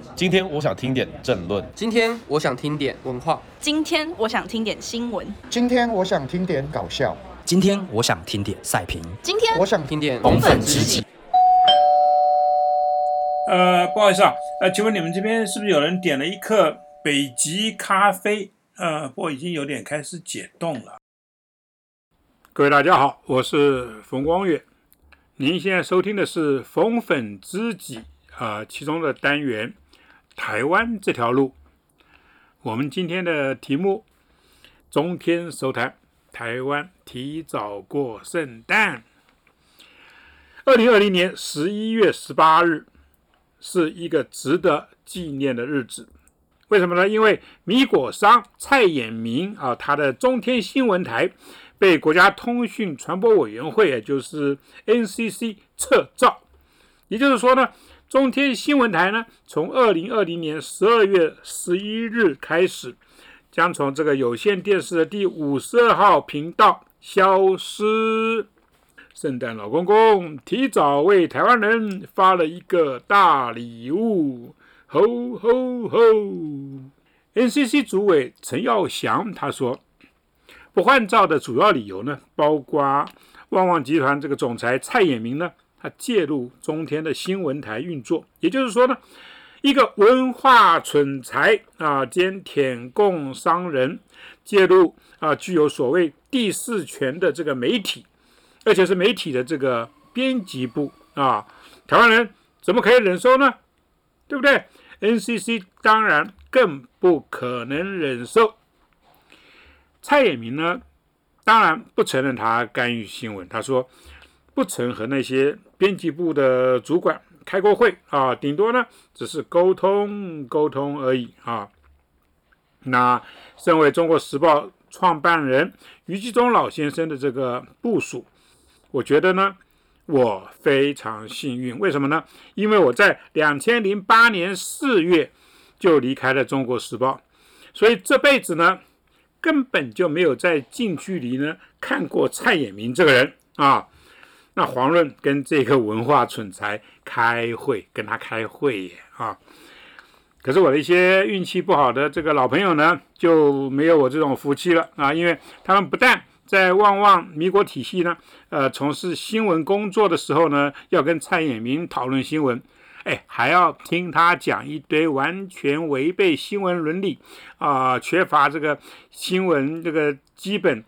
今天我想听点政论， 今天我想听点文化， 今天我想听点新闻， 今天我想听点搞笑， 今天我想听点赛评， 今天我想听点红粉知己。 不好意思啊，请问你们这边是不是有人点了一克北极咖啡？不过已经有点开始解冻了。各位大家好，我是冯光远，您现在收听的是红粉知己其中的单元台湾这条路。我们今天的题目中天收谈台湾提早过圣诞。2020年11月18日是一个值得纪念的日子。为什么呢？因为米果商蔡衍明他的中天新闻台被国家通讯传播委员会，也就是 NCC 撤照。也就是说呢，中天新闻台呢，从2020年12月11日开始，将从这个有线电视的第52号频道消失。圣诞老公公提早为台湾人发了一个大礼物，吼吼吼 ！NCC 主委陈耀祥他说，不换照的主要理由呢，包括旺旺集团这个总裁蔡衍明呢，他介入中天的新闻台运作，也就是说呢，一个文化蠢才兼舔共商人介入具有所谓第四权的这个媒体，而且是媒体的这个编辑部台湾人怎么可以忍受呢？对不对？ NCC 当然更不可能忍受。蔡衍明呢，当然不承认他干预新闻，他说不曾和那些编辑部的主管开过会顶多呢只是沟通而已那身为中国时报创办人余纪忠老先生的这个部属，我觉得呢，我非常幸运。为什么呢？因为我在2008年4月就离开了中国时报，所以这辈子呢根本就没有在近距离呢看过蔡衍明这个人那遑论跟这个文化蠢才跟他开会可是我的一些运气不好的这个老朋友呢，就没有我这种福气了因为他们不但在旺旺米果体系呢从事新闻工作的时候呢，要跟蔡衍明讨论新闻，还要听他讲一堆完全违背新闻伦理缺乏这个新闻这个基本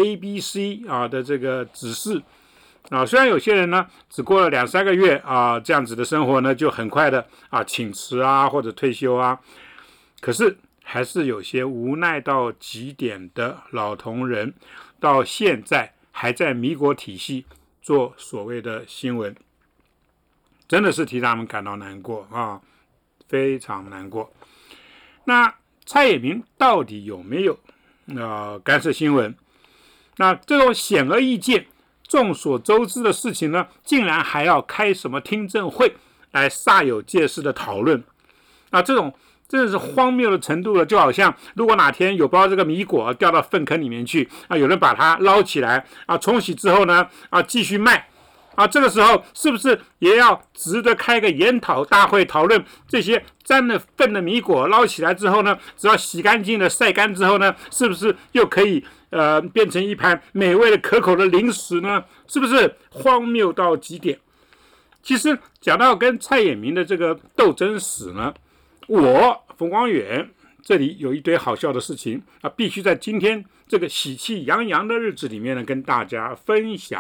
ABC 的这个指示虽然有些人呢只过了2-3个月这样子的生活呢，就很快的请辞或者退休可是还是有些无奈到极点的老同仁，到现在还在米果体系做所谓的新闻，真的是替他们感到难过非常难过。那蔡衍明到底有没有干涉新闻？那这种显而易见众所周知的事情呢，竟然还要开什么听证会来煞有介事的讨论这种真的是荒谬的程度了。就好像如果哪天有包这个米果掉到粪坑里面去有人把它捞起来冲洗之后呢继续卖这个时候是不是也要值得开个研讨大会，讨论这些沾了粪的米果捞起来之后呢，只要洗干净了晒干之后呢，是不是又可以变成一盘美味的可口的零食呢？是不是荒谬到极点？其实讲到跟蔡衍明的这个斗争史呢，我冯光远这里有一堆好笑的事情必须在今天这个喜气洋洋的日子里面呢，跟大家分享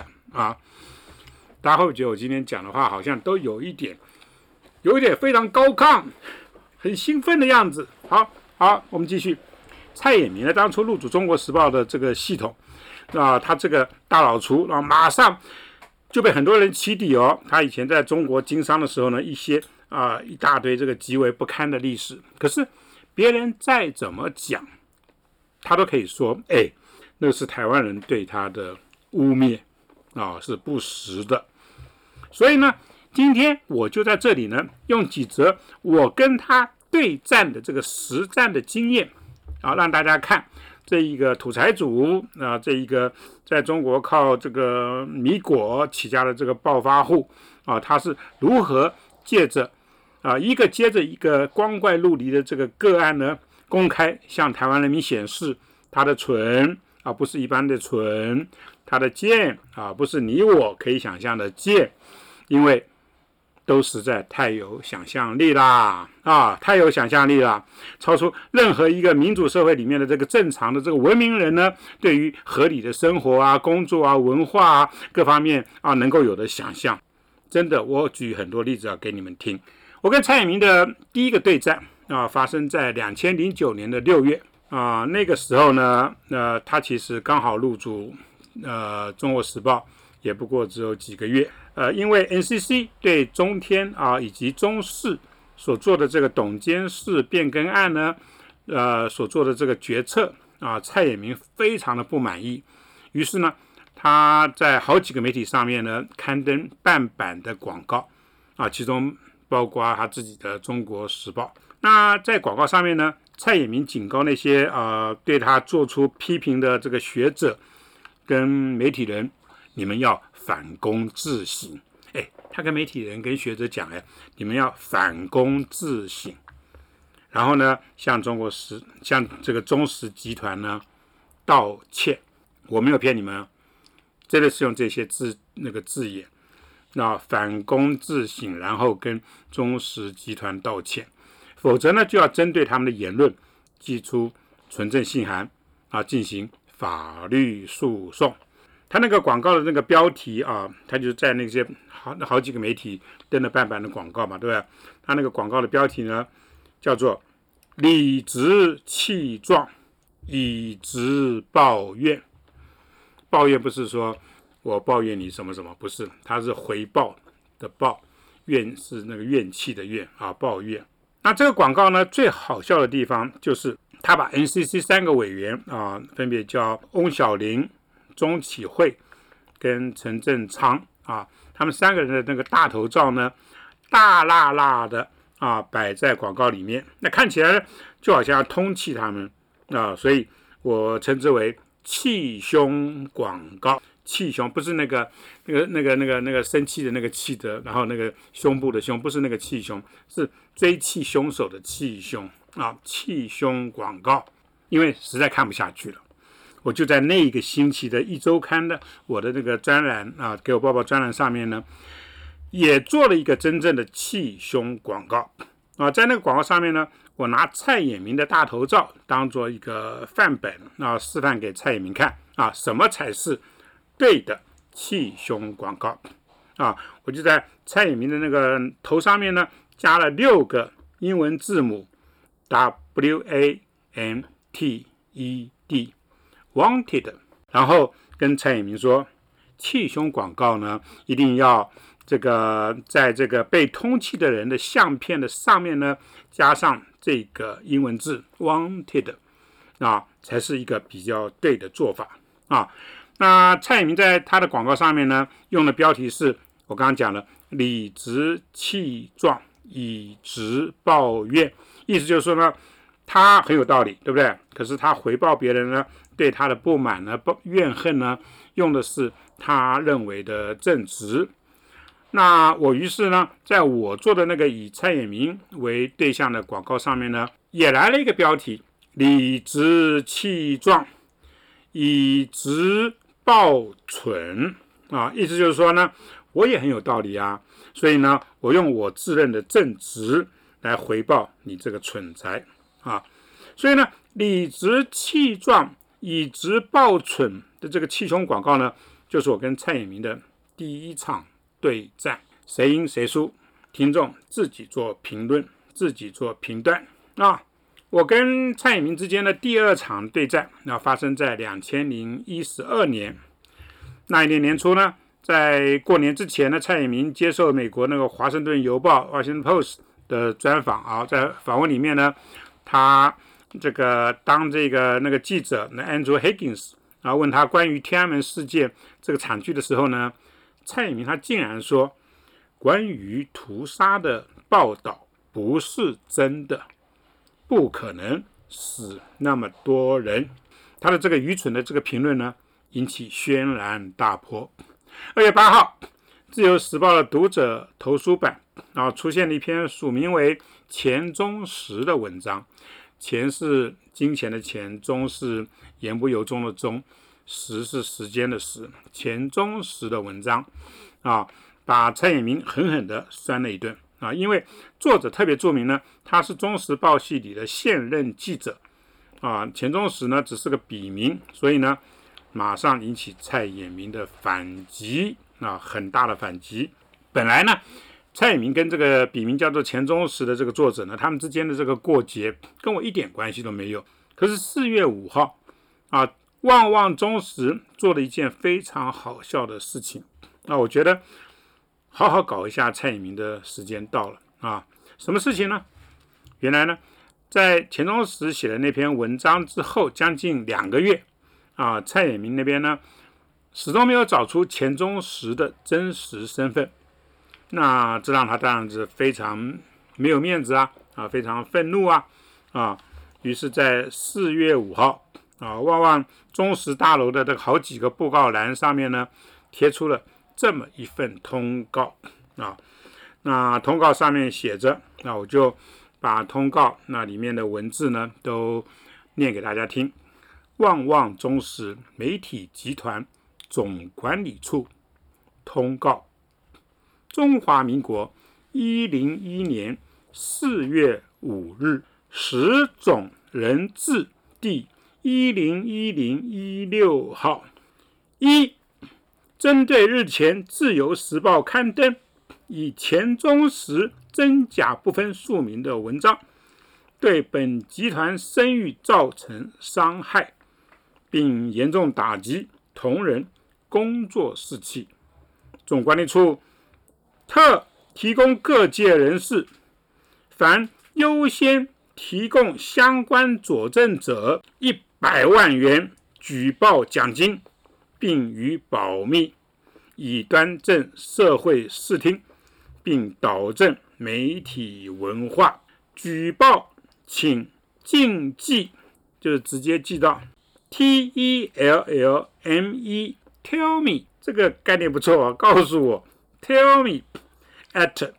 大家会不会觉得我今天讲的话好像都有一点非常高亢，很兴奋的样子？好，我们继续。蔡衍明呢，当初入主中国时报的这个系统他这个大老粗马上就被很多人起底他以前在中国经商的时候呢，一大堆这个极为不堪的历史，可是别人再怎么讲他都可以说那是台湾人对他的污蔑是不实的。所以呢，今天我就在这里呢，用几则我跟他对战的这个实战的经验让大家看这一个土财主这一个在中国靠这个米果起家的这个暴发户他是如何借着一个接着一个光怪陆离的这个个案呢，公开向台湾人民显示，他的蠢不是一般的蠢，他的贱不是你我可以想象的贱，因为都实在太有想象力啦太有想象力啦，超出任何一个民主社会里面的这个正常的这个文明人呢，对于合理的生活工作文化各方面能够有的想象。真的，我举很多例子给你们听。我跟蔡衍明的第一个对战发生在2009年的6月那个时候呢，他其实刚好入主中国时报，也不过只有几个月。因为 NCC 对中天以及中视所做的这个董监事变更案呢，所做的这个决策蔡衍明非常的不满意，于是呢，他在好几个媒体上面呢刊登半版的广告其中包括他自己的《中国时报》。那在广告上面呢，蔡衍明警告那些对他做出批评的这个学者跟媒体人，你们要反躬自省。他跟媒体人跟学者讲你们要反躬自省。然后呢，向这个中时集团呢道歉。我没有骗你们真的是用这些字眼。那反躬自省，然后跟中时集团道歉，否则呢就要针对他们的言论寄出存证信函进行法律诉讼。他那个广告的那个标题他就在那些好几个媒体登了半版的广告嘛，对不对？他那个广告的标题呢叫做理直气壮，以直报怨。抱怨不是说我抱怨你什么什么，不是，它是回报的报，怨是那个怨气的怨抱怨。那这个广告呢，最好笑的地方就是他把 NCC 3个委员分别叫翁小玲、钟启慧跟陈振昌他们3个人的那个大头照呢，大辣辣的摆在广告里面，那看起来就好像要通气他们所以我称之为气胸广告。气胸不是那个生气的那个气的，然后那个胸部的胸，不是那个气胸，是追气凶手的气胸气胸广告。因为实在看不下去了，我就在那个星期的一周刊的我的那个专栏给我报报专栏上面呢，也做了一个真正的气胸广告在那个广告上面呢，我拿蔡衍明的大头照当做一个范本示范给蔡衍明看什么才是对的气胸广告我就在蔡衍明的那个头上面呢加了6个英文字母 WANTED wanted， 然后跟蔡衍明说，气胸广告呢一定要在这个被通缉的人的相片的上面呢加上这个英文字 wanted 才是一个比较对的做法那蔡衍明在他的广告上面呢用的标题是我刚刚讲了理直气壮，以直报怨，意思就是说呢，他很有道理，对不对？可是他回报别人呢对他的不满呢怨恨呢，用的是他认为的正直。那我于是呢，在我做的那个以蔡衍明为对象的广告上面呢，也来了一个标题：理直气壮，以直报蠢意思就是说呢，我也很有道理所以呢，我用我自认的正直来回报你这个蠢材所以呢，理直气壮，以直报蠢的这个气胸广告呢，就是我跟蔡衍明的第一场对战，谁赢谁输，听众自己做评论，自己做评断我跟蔡衍明之间的第2场对战发生在2012年。那一年年初呢，在过年之前呢，蔡衍明接受美国那个华盛顿邮报 Washington Post 的专访在访问里面呢，他当那个记者Andrew Higgins 问他关于天安门事件这个惨剧的时候呢，蔡衍明他竟然说，关于屠杀的报道不是真的，不可能死那么多人。他的这个愚蠢的这个评论呢，引起轩然大波。2月8号， 自由时报的读者投书版出现了一篇署名为钱钟实的文章。钱是金钱的钱，钟是言不由衷的钟，时是时间的时。钱钟实的文章把蔡衍明狠狠地酸了一顿因为作者特别注明呢，他是中时报系里的现任记者钱钟实呢只是个笔名，所以呢马上引起蔡衍明的反击很大的反击。本来呢蔡衍明跟这个笔名叫做钱钟实的这个作者呢，他们之间的这个过节跟我一点关系都没有。可是4月5号旺旺中时做了一件非常好笑的事情我觉得好好搞一下蔡衍明的时间到了什么事情呢？原来呢在钱钟实写的那篇文章之后将近2个月蔡衍明那边呢始终没有找出钱钟实的真实身份。那这让他当然是非常没有面子非常愤怒于是在4月5号旺旺中时大楼的这个好几个布告栏上面呢贴出了这么一份通告那通告上面写着，那我就把通告那里面的文字呢都念给大家听。旺旺中时媒体集团总管理处通告：中华民国101年4月5日10种人字第101016号1针对日前自由时报刊登以钱钟实真假不分庶民的文章，对本集团声誉造成伤害，并严重打击同仁工作士气。总管理处特提供各界人士，凡优先提供相关佐证者100万元举报奖金，并予保密，以端正社会视听，并导正媒体文化。举报请尽寄，就是直接寄到 TELLME Tell me， 这个概念不错告诉我 Tell me at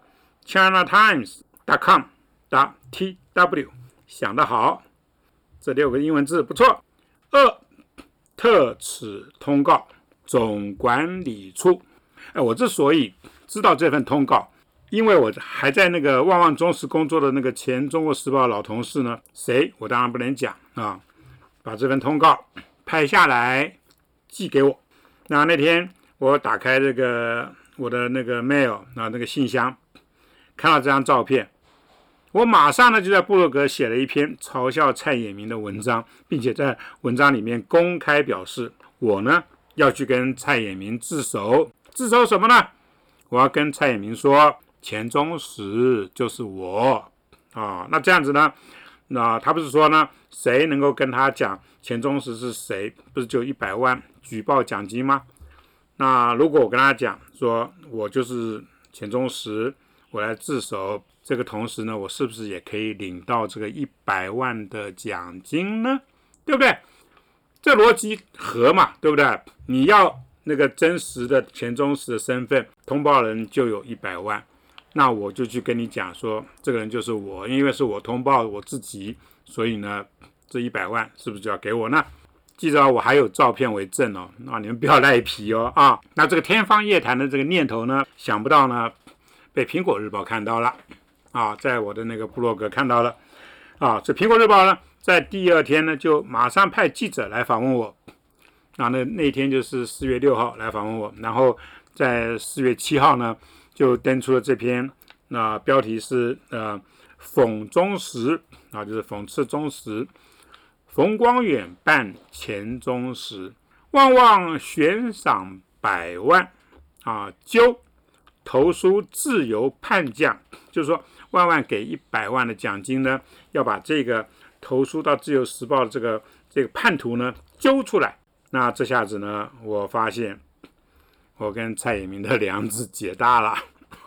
chinatimes.com.tw， 想得好，这6个英文字不错。2特此通告总管理处。我之所以知道这份通告，因为我还在那个旺旺中时工作的那个前中国时报老同事呢，谁我当然不能讲把这份通告拍下来寄给我。那天我打开这个我的那个 mail 那个信箱，看到这张照片，我马上呢就在部落格写了一篇嘲笑蔡衍明的文章，并且在文章里面公开表示，我呢要去跟蔡衍明自首。自首什么呢？我要跟蔡衍明说，钱钟实就是我那这样子呢，那他不是说呢，谁能够跟他讲钱钟实是谁，不是就100万举报奖金吗？那如果我跟他讲说我就是钱钟实，我来自首，这个同时呢，我是不是也可以领到这个100万的奖金呢？对不对？这逻辑合嘛，对不对？你要那个真实的钱钟实的身份，通报人就有100万，那我就去跟你讲说，这个人就是我，因为是我通报我自己，所以呢，这100万是不是就要给我呢？记着我还有照片为证你们不要赖皮那这个天方夜谭的这个念头呢，想不到呢，被苹果日报看到了在我的那个部落格看到了这苹果日报呢，在第2天呢，就马上派记者来访问我。那天就是4月6号来访问我，然后在4月7号呢，就登出了这篇，标题是讽中时就是讽刺中时。冯光远办钱钟实，旺旺悬赏100万揪投书自由叛将，就是说万万给100万的奖金呢，要把这个投书到自由时报的这个叛徒呢揪出来。那这下子呢，我发现我跟蔡衍明的梁子结大了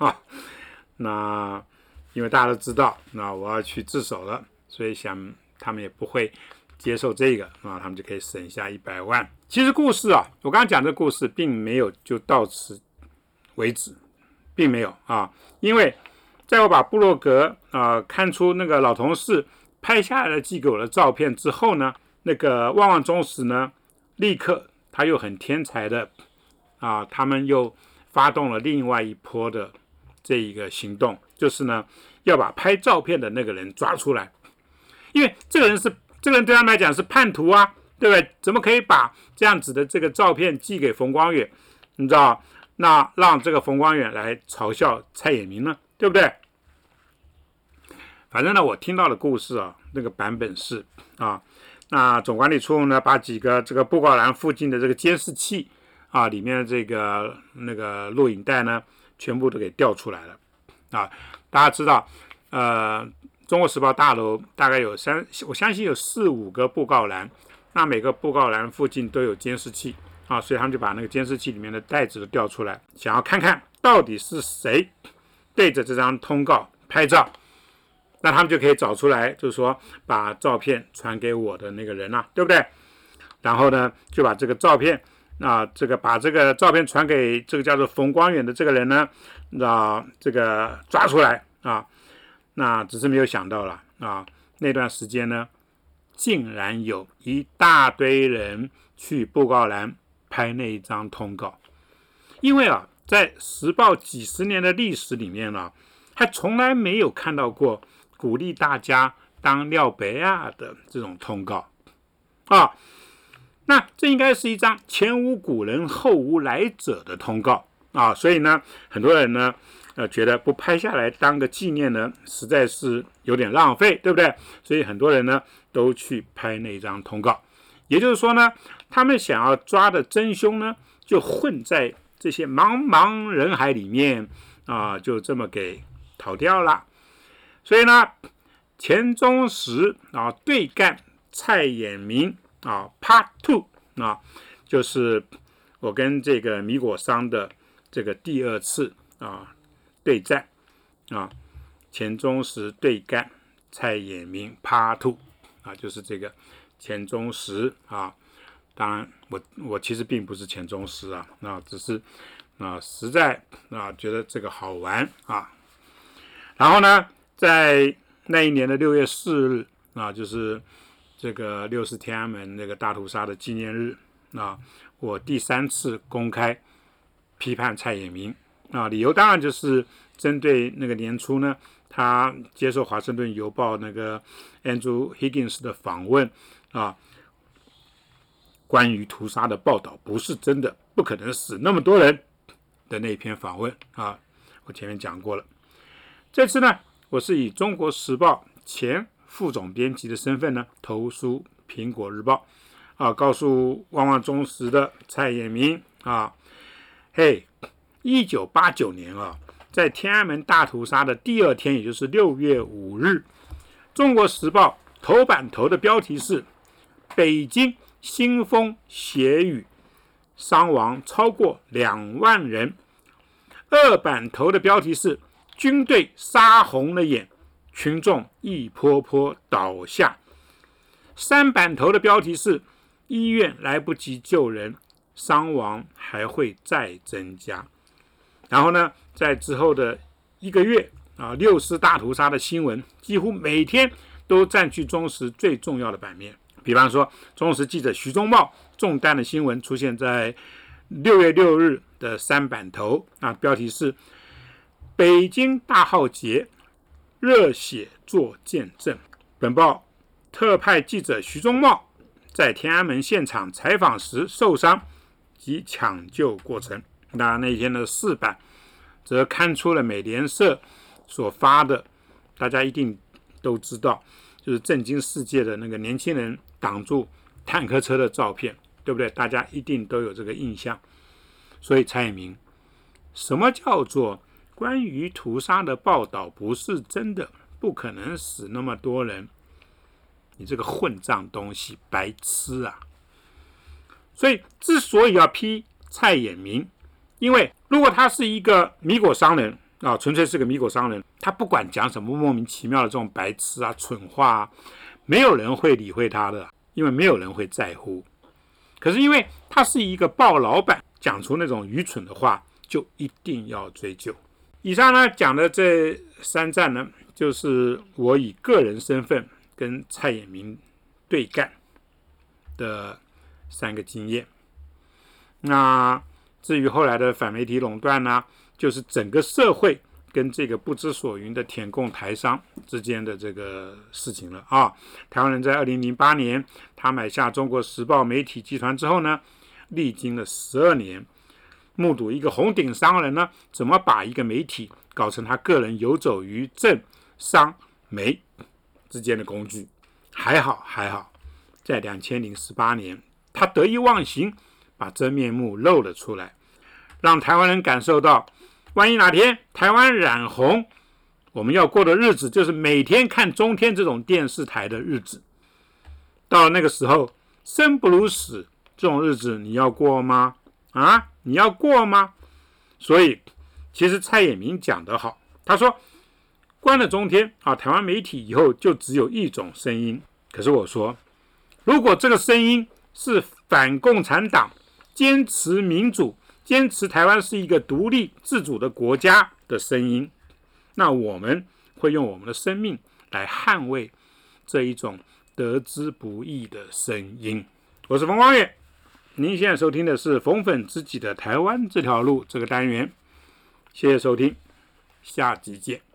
那因为大家都知道，那我要去自首了，所以想他们也不会接受这个他们就可以省下100万。其实故事我刚刚讲这个故事并没有就到此为止，并没有啊。因为在我把部落格看出那个老同事拍下来的寄给我的照片之后呢，那个旺旺忠实呢，立刻他又很天才的他们又发动了另外一波的这一个行动，就是呢要把拍照片的那个人抓出来，因为这个人对他们来讲是叛徒啊，对不对？怎么可以把这样子的这个照片寄给冯光远？你知道，那让这个冯光远来嘲笑蔡衍明呢，对不对？反正呢，我听到的故事那个版本是那总管理处呢把几个这个布告栏附近的这个监视器里面的这个那个录影带呢，全部都给调出来了大家知道，中国时报大楼大概有我相信有4-5个布告栏，那每个布告栏附近都有监视器所以他们就把那个监视器里面的带子都调出来，想要看看到底是谁对着这张通告拍照。那他们就可以找出来，就是说把照片传给我的那个人对不对？然后呢，就把这个照片把这个照片传给这个叫做冯光远的这个人呢，这个抓出来那只是没有想到了那段时间呢，竟然有一大堆人去布告栏拍那一张通告，因为在时报几十年的历史里面还从来没有看到过鼓励大家当廖北亚的这种通告那这应该是一张前无古人后无来者的通告所以呢，很多人呢觉得不拍下来当个纪念呢，实在是有点浪费，对不对？所以很多人呢都去拍那张通告，也就是说呢，他们想要抓的真凶呢，就混在这些茫茫人海里面就这么给逃掉了。所以呢，钱钟石对干蔡衍明Part 2就是我跟这个米果商的这个第2次对战钱钟石对干蔡衍明 Part 2就是这个钱钟石当然我其实并不是钱钟石只是实在觉得这个好玩然后呢，在那一年的6月4日就是这个60天安门那个大屠杀的纪念日我第3次公开批判蔡衍明理由当然就是针对那个年初呢，他接受华盛顿邮报那个 Andrew Higgins 的访问关于屠杀的报道不是真的，不可能死那么多人的那篇访问我前面讲过了。这次呢，我是以中国时报前副总编辑的身份呢，投书苹果日报告诉旺旺忠实的蔡衍明1989年在天安门大屠杀的第2天，也就是6月5日，中国时报头版头的标题是北京腥风血雨，伤亡超过2万人。2版头的标题是军队杀红了眼，群众一波波倒下。3版头的标题是医院来不及救人，伤亡还会再增加。然后呢，在之后的1个月六四大屠杀的新闻几乎每天都占据中时最重要的版面。比方说，中时记者徐忠茂中弹的新闻出现在6月6日的3版头标题是北京大浩劫，热血做见证。本报特派记者徐忠茂在天安门现场采访时受伤及抢救过程。那一天的4版则刊出了美联社所发的，大家一定都知道，就是震惊世界的那个年轻人挡住坦克车的照片，对不对？大家一定都有这个印象。所以蔡衍明，什么叫做关于屠杀的报道不是真的，不可能死那么多人？你这个混账东西，白痴啊！所以之所以要批蔡衍明，因为如果他是一个米果商人纯粹是个米果商人，他不管讲什么莫名其妙的这种白痴蠢话没有人会理会他的，因为没有人会在乎。可是因为他是一个报老板，讲出那种愚蠢的话， 就一定要追究。以上呢讲的这3站呢，就是我以个人身份跟蔡衍明对干的3个经验。那至于后来的反媒体垄断呢，就是整个社会跟这个不知所云的舔共台商之间的这个事情了啊。台湾人在2008年他买下中国时报媒体集团之后呢，历经了12年，目睹一个红顶商人呢怎么把一个媒体搞成他个人游走于政商媒之间的工具。还好在2018年他得意忘形，把真面目露了出来，让台湾人感受到，万一哪天台湾染红，我们要过的日子就是每天看中天这种电视台的日子。到了那个时候，生不如死，这种日子你要过吗？你要过吗？所以其实蔡衍明讲得好，他说关了中天台湾媒体以后就只有一种声音。可是我说，如果这个声音是反共产党，坚持民主，坚持台湾是一个独立自主的国家的声音，那我们会用我们的生命来捍卫这一种得之不易的声音。我是冯光远，您现在收听的是逢粉知己的台湾这条路这个单元，谢谢收听，下集见。